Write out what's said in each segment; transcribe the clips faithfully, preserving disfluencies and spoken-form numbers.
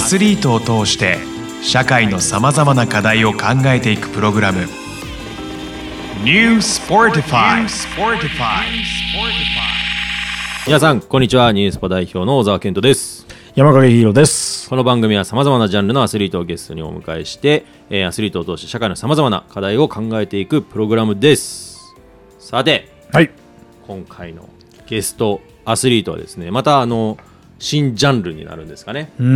スリートを通して社会のさまざまな課題を考えていくプログラム New Sportify。 皆さんこんにちは。ニュースポ代表の小沢健人です。 山影ヒーローです。 この番組はさまざまなジャンルのアスリートをゲストにお迎えして、えー、アスリートを通して社会のさまざまな課題を考えていくプログラムです。さて、 はい、 今回のゲストアスリートはですね、またあの新ジャンルになるんですかね。 うん、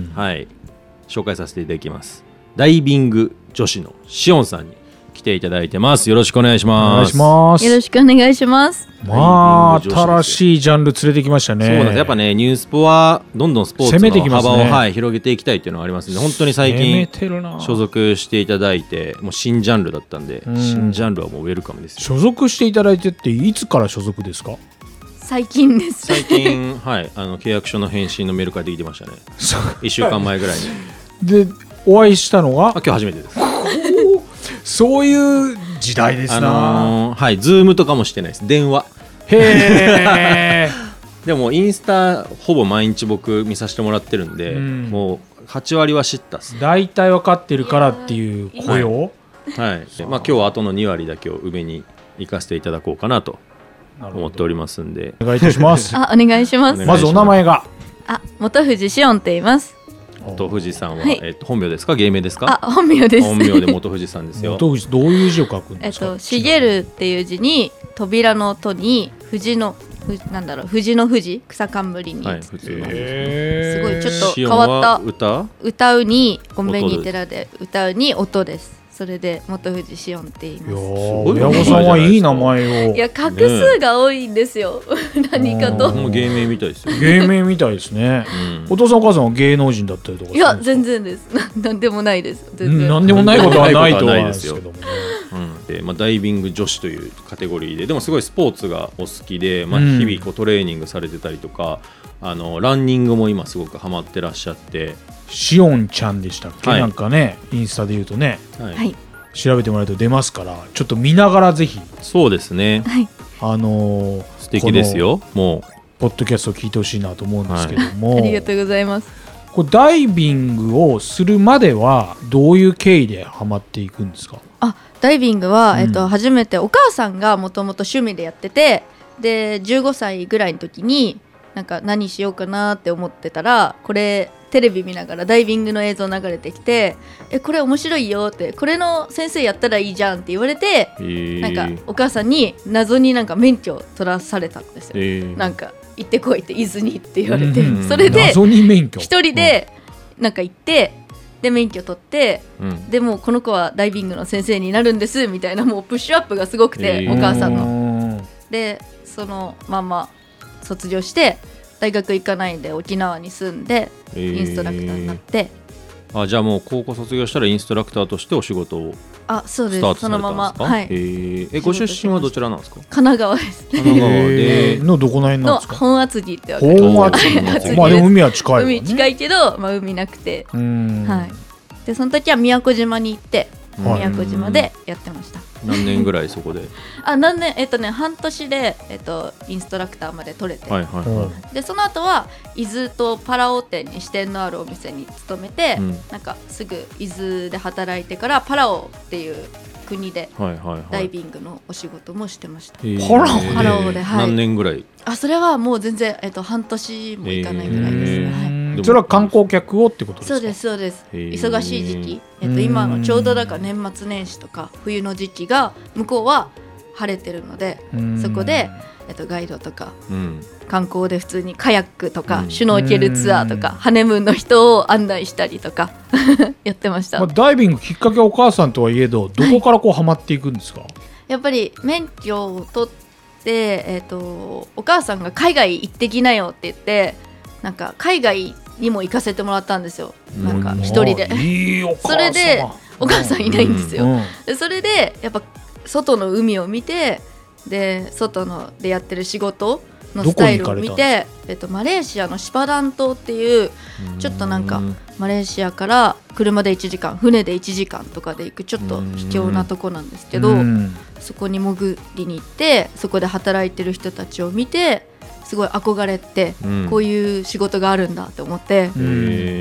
はい、紹介させていただきます。ダイビング女子のしおんさんに来ていただいてます。よろしくお願いします。 お願いします。 よろしくお願いします。 まあ新しいジャンル連れてきましたね。 そうなんです。やっぱね、ニュースポはどんどんスポーツの幅を、ね、はい、広げていきたいっていうのがありますので、本当に最近所属していただいて、もう新ジャンルだったんで、うん、新ジャンルはもうウェルカムですよ。 所属していただいてっていつから所属ですか？ 最近です。 最近はい、あの契約書の返信のメール返ってきてましたね。いっしゅうかんまえぐらいにでお会いしたのがあ今日初めてです。 そういう時代ですな、 あのー、はい、ズームとかもしてないです。電話。 へーでもインスタほぼ毎日僕見させてもらってるんで、うん、もうはちわりは知ったっす。 大体分かってるからっていう声を、 はいはい、でまあ、今日はあとのにわりだけを上に行かせていただこうかなと思っておりますんで、 お願いいたしますあお願いします。 まずお名前があ本藤しおんと言います。 本藤さんは、 はい、 えー、と本名ですか芸名ですか？ あ本名です。 本名で本藤さんですよ。 本藤どういう字を書くんですか？ えっと茂るっていう字に扉の戸に藤のなんだろう藤の藤草冠に、はい、すごいちょっと変わった歌歌うにごめんに寺で歌うに音です。それで本藤しおんって言います。 いや親御さんはいい名前を。 いや画数が多いんですよ、ね、何かと。 もう芸名みたいですよ。 芸名みたいですね、うん、お父さんお母さんは芸能人だったりとか？ いや全然です。なんでもないです。全然なんでもないことはないと思うんですけどもね。 うんでまあ、ダイビング女子というカテゴリーで、でもすごいスポーツがお好きで、まあ、日々こうトレーニングされてたりとか、うん、あのランニングも今すごくハマってらっしゃって。 しおんちゃんでしたっけ、はい、なんかねインスタで言うとね、 はい、 調べてもらうと出ますから、ちょっと見ながらぜひ。 そうですね、 はい、 あのー、 素敵ですよ。もうポッドキャストを聞いてほしいなと思うんですけども、 はい、ありがとうございます。 これダイビングをするまではどういう経緯でハマっていくんですか？ あダイビングは、 うんえっと、初めてお母さんがもともと趣味でやってて、でじゅうごさいぐらいの時になんか何しようかなって思ってたら、これテレビ見ながらダイビングの映像流れてきて、えこれ面白いよって、これの先生やったらいいじゃんって言われて、なんかお母さんに謎になんか免許を取らされたんですよ。なんか行ってこいって伊豆にって言われて、 うん、 それで謎に免許一人でなんか行って、で免許取って、 うん、 でもこの子はダイビングの先生になるんですみたいな、もうプッシュアップがすごくて、お母さんのでそのまま卒業して大学行かないで沖縄に住んでインストラクターになって、 えー、あじゃあもう高校卒業したらインストラクターとしてお仕事をあそうですスタートされたんですか？ そのまま、はい、 えー、えご出身はどちらなんですか？ 神奈川です。 神奈川でのどこら辺なんですか？ の本厚木ってわかる？ 本厚木まあでも海は近いわね。 海近いけど、まあ、海なくて、はい、でその時は宮古島に行って、はい、宮古島でやってました。 何年ぐらいそこであ何年えっとね半年で、えっと、インストラクターまで取れて、 はいはいはい、 でその後は伊豆とパラオ店に支店のあるお店に勤めて、うん、なんかすぐ伊豆で働いてからパラオっていう国でダイビングのお仕事もしてました。 はいはいはい、パラオで、 パラオで、はい、 何年ぐらい？あそれはもう全然、えっと、半年もいかないぐらいですね、はい、 それは観光客をってことですか？ そうですそうです。忙しい時期、えっと、今のちょうどだから年末年始とか冬の時期が向こうは晴れてるので、そこで、えっと、ガイドとか、うん、観光で普通にカヤックとか、うん、シュノーケルツアーとかハネムーンの人を案内したりとかやってました、 まあ、ダイビングきっかけはお母さんとはいえどどこからこうハマっていくんですか？はい、 やっぱり免許を取って、えっと、お母さんが海外行ってきなよって言ってなんか海外にも行かせてもらったんですよ。なんか一人で、 うん、いいお母さん。 それでお母さんいないんですよ、 うんうん、 でそれでやっぱ外の海を見て、で外のでやってる仕事のスタイルを見て、えっと、マレーシアのシパダン島っていうちょっとなんかマレーシアから車でいちじかん船でいちじかんとかで行くちょっと秘境なとこなんですけど、そこに潜りに行ってそこで働いてる人たちを見て、 すごい憧れて、うん、こういう仕事があるんだって思って、うん、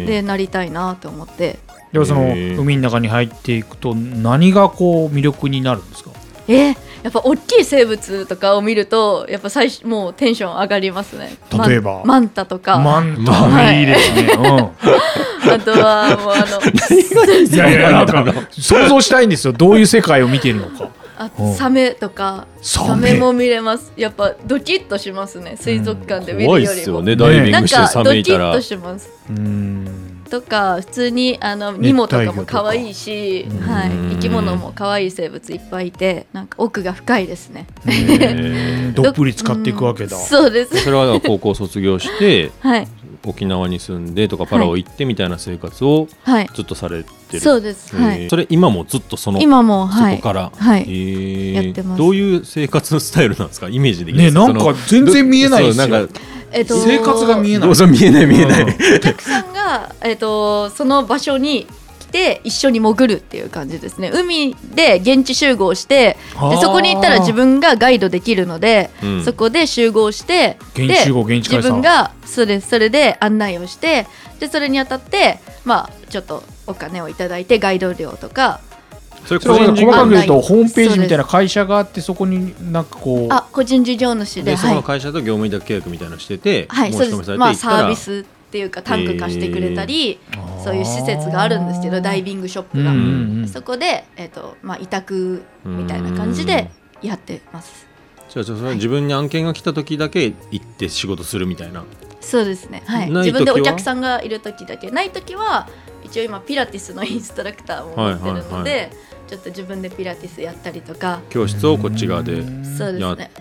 でなりたいなと思って。 ではその海の中に入っていくと何がこう魅力になるんですか？ えー、やっぱ大きい生物とかを見るとやっぱ最初もうテンション上がりますね。 例えばマンタとか。 マンタ、はい、いいですね、うん、 あとはもうあのいやいやなんか想像したいんですよ、どういう世界を見ているのか。 あサメとか、サメも見れます。やっぱドキッとしますね、水族館で見るよりも、うん、怖いっすよね、ダイビングしてサメいたら。なんかドキッとします。うーんとか普通にあのニモとかも可愛いし、はい、生き物も可愛い生物いっぱいいて、なんか奥が深いですね。 どっぷり使っていくわけだ。 そうです。 それは高校卒業して、 はい、 沖縄に住んでとかパラオ行ってみたいな生活をずっとされてる、はい、 そうです、はい、 それ今もずっとその今も、はい、 そこから、 はい、 えー、 やってます。 どういう生活スタイルなんですか、イメージできね、なんか全然見えないですよ。 えっと、 生活が見えない。 どうぞ見えない見えない。 お客さんが、えっと、その場所に来て一緒に潜るっていう感じですね。海で現地集合してでそこに行ったら自分がガイドできるので、うん、そこで集合して現地集合現地解散、 自分がそれ、それで案内をしてでそれにあたって、まあ、ちょっとお金をいただいてガイド料とか。 それ個人事業細かく言うとホームページみたいな会社があってそこになんかこうあ個人事業主で、 でそこの会社と業務委託契約みたいなのしてて、 はい、そうです。まあサービスっていうかタンク貸してくれたり、えー、そういう施設があるんですけどダイビングショップが、うんうんうん、そこで、えーとまあ、委託みたいな感じでやってます。 じゃあそれ自分に案件が来た時だけ行って仕事するみたいな。 そうですね、はい、自分でお客さんがいる時だけ。ない時は一応今ピラティスのインストラクターも持ってるので、はいはいはい、ちょっと自分でピラティスやったりとか教室をこっち側でやって、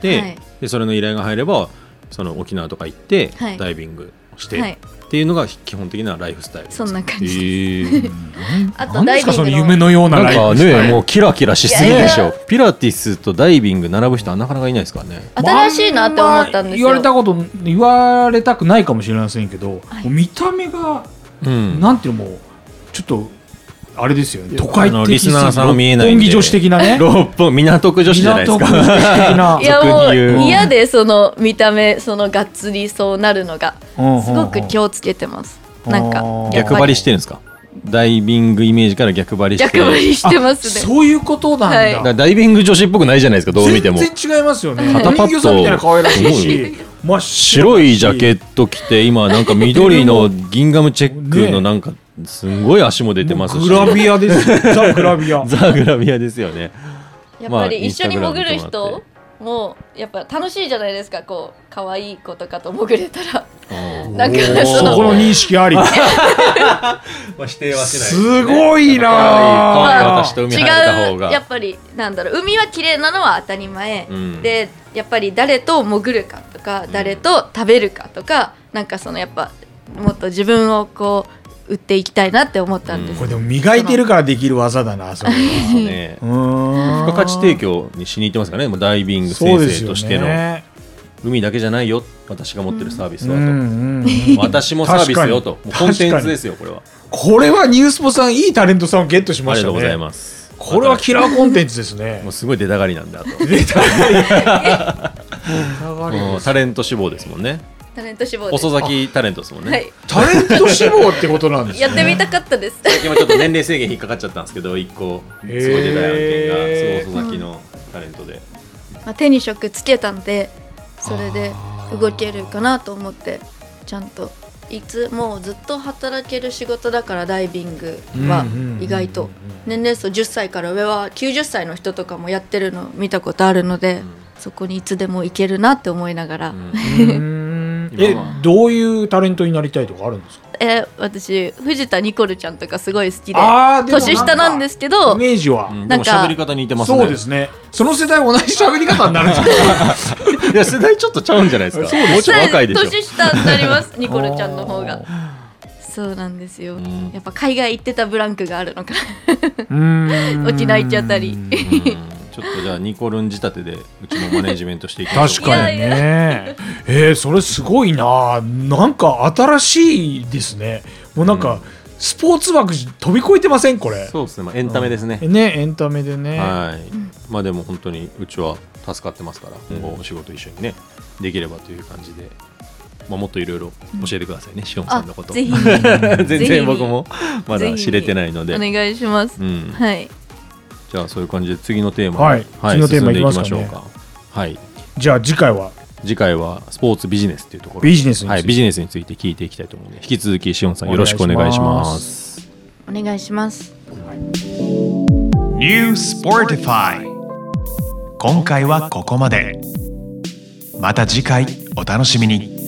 ねはい、でそれの依頼が入ればその沖縄とか行って、はい、ダイビングをして、はい、っていうのが基本的なライフスタイル。 そんな感じです、えー、あとダイビングのなんですかその夢のようなライフスタイル。 なんかね、もうキラキラしすぎでしょ。ピラティスとダイビング並ぶ人はなかなかいないですからね。 新しいなって思ったんですよ。 言われたこと言われたくないかもしれませんけど、はい、見た目が、うん、なんていうのもちょっとあれですよね、都会的リスナーさんの見えないんで六本木女子的なね六本港区女子じゃないですか。港区女子的ないやもう嫌でその見た目そのがっつりそうなるのがすごく気をつけてます。なんか逆張りしてるんですか。ダイビングイメージから逆張りして逆張りしてますね。 そういうことなんだ、はい、 だからダイビング女子っぽくないじゃないですか。どう見ても全然違いますよね。肩パッドみたいな可愛らしいし真っ白いジャケット着て今なんか緑のギンガムチェックのなんかすんごい足も出てますし、 グラビアですザ・グラビアザ・グラビアですよね。 やっぱり一緒に潜る人もやっぱ楽しいじゃないですか。こう可愛い子とかと潜れたらなんかそのこの認識ありまあ否定はしない、ね、 すごいな。 私と海入れた方が違う。やっぱりなんだろう、海は綺麗なのは当たり前、うん、でやっぱり誰と潜るかとか、うん、誰と食べるかとか、なんかそのやっぱもっと自分をこう売っていきたいなって思ったんです、うん、 これでも磨いてるからできる技だなそれはね、うーん付加価値提供にしに行ってますからね。もうダイビング先生としての、ね、海だけじゃないよ私が持ってるサービスはと、うんうんうん、私もサービスよと、もうコンテンツですよこれは。 これはニュースポさんいいタレントさんをゲットしましたね。 ありがとうございます。 これはキラーコンテンツですね。 もうすごい出たがりなんだと出たがりもうタレント志望ですもんね。 タレント志望です。 遅咲きタレントですもんね、 はい、 タレント志望ってことなんですね。 やってみたかったです。 最近はちょっと年齢制限引っかかっちゃったんですけど、いっこすごい出た案件がすごい遅咲きのタレントで、 うんまあ、手に職つけたんでそれで動けるかなと思ってちゃんといつもうずっと働ける仕事だから。ダイビングは意外と年齢層じゅっさいから上はきゅうじゅっさいの人とかもやってるの見たことあるので、うん、そこにいつでも行けるなって思いながら、うんえどういうタレントになりたいとかあるんですか。 え私藤田ニコルちゃんとかすごい好きで、年下なんですけどイメージは、 うん、でも喋り方似てますね。 そうですね。その世代同じ喋り方になるんですか。いや世代ちょっとちゃうんじゃないですか。もうちょっと若いでしょ。 年下になりますニコルちゃんの方が。そうなんですよ、うん、やっぱ海外行ってたブランクがあるのかな。沖縄行っちゃったり。 ちょっとじゃあニコルン仕立てでうちもマネジメントしていきましょう。 確かにね。えー、それすごいな。なんか新しいですね。もうなんか、うん、スポーツ枠飛び越えてませんこれ。 そうですね、まあ、エンタメですね、 うん、ねエンタメでね。 はい、まあでも本当にうちは助かってますから、今後お仕事一緒にねできればという感じで、まあ、もっといろいろ教えてくださいね、しおんさんのこと。 ぜひ全然僕もまだ知れてないのでお願いします、うん、はい。 じゃあそういう感じで次のテーマ、 はいはい、次のテーマいきますかね。 はい、 じゃあ次回は次回はスポーツビジネスというところ、 ビジネスについて、 はい、ビジネスについて聞いていきたいと思うので、引き続きしおんさんよろしくお願いします。 お願いします。 New Sportify、 今回はここまで。また次回お楽しみに。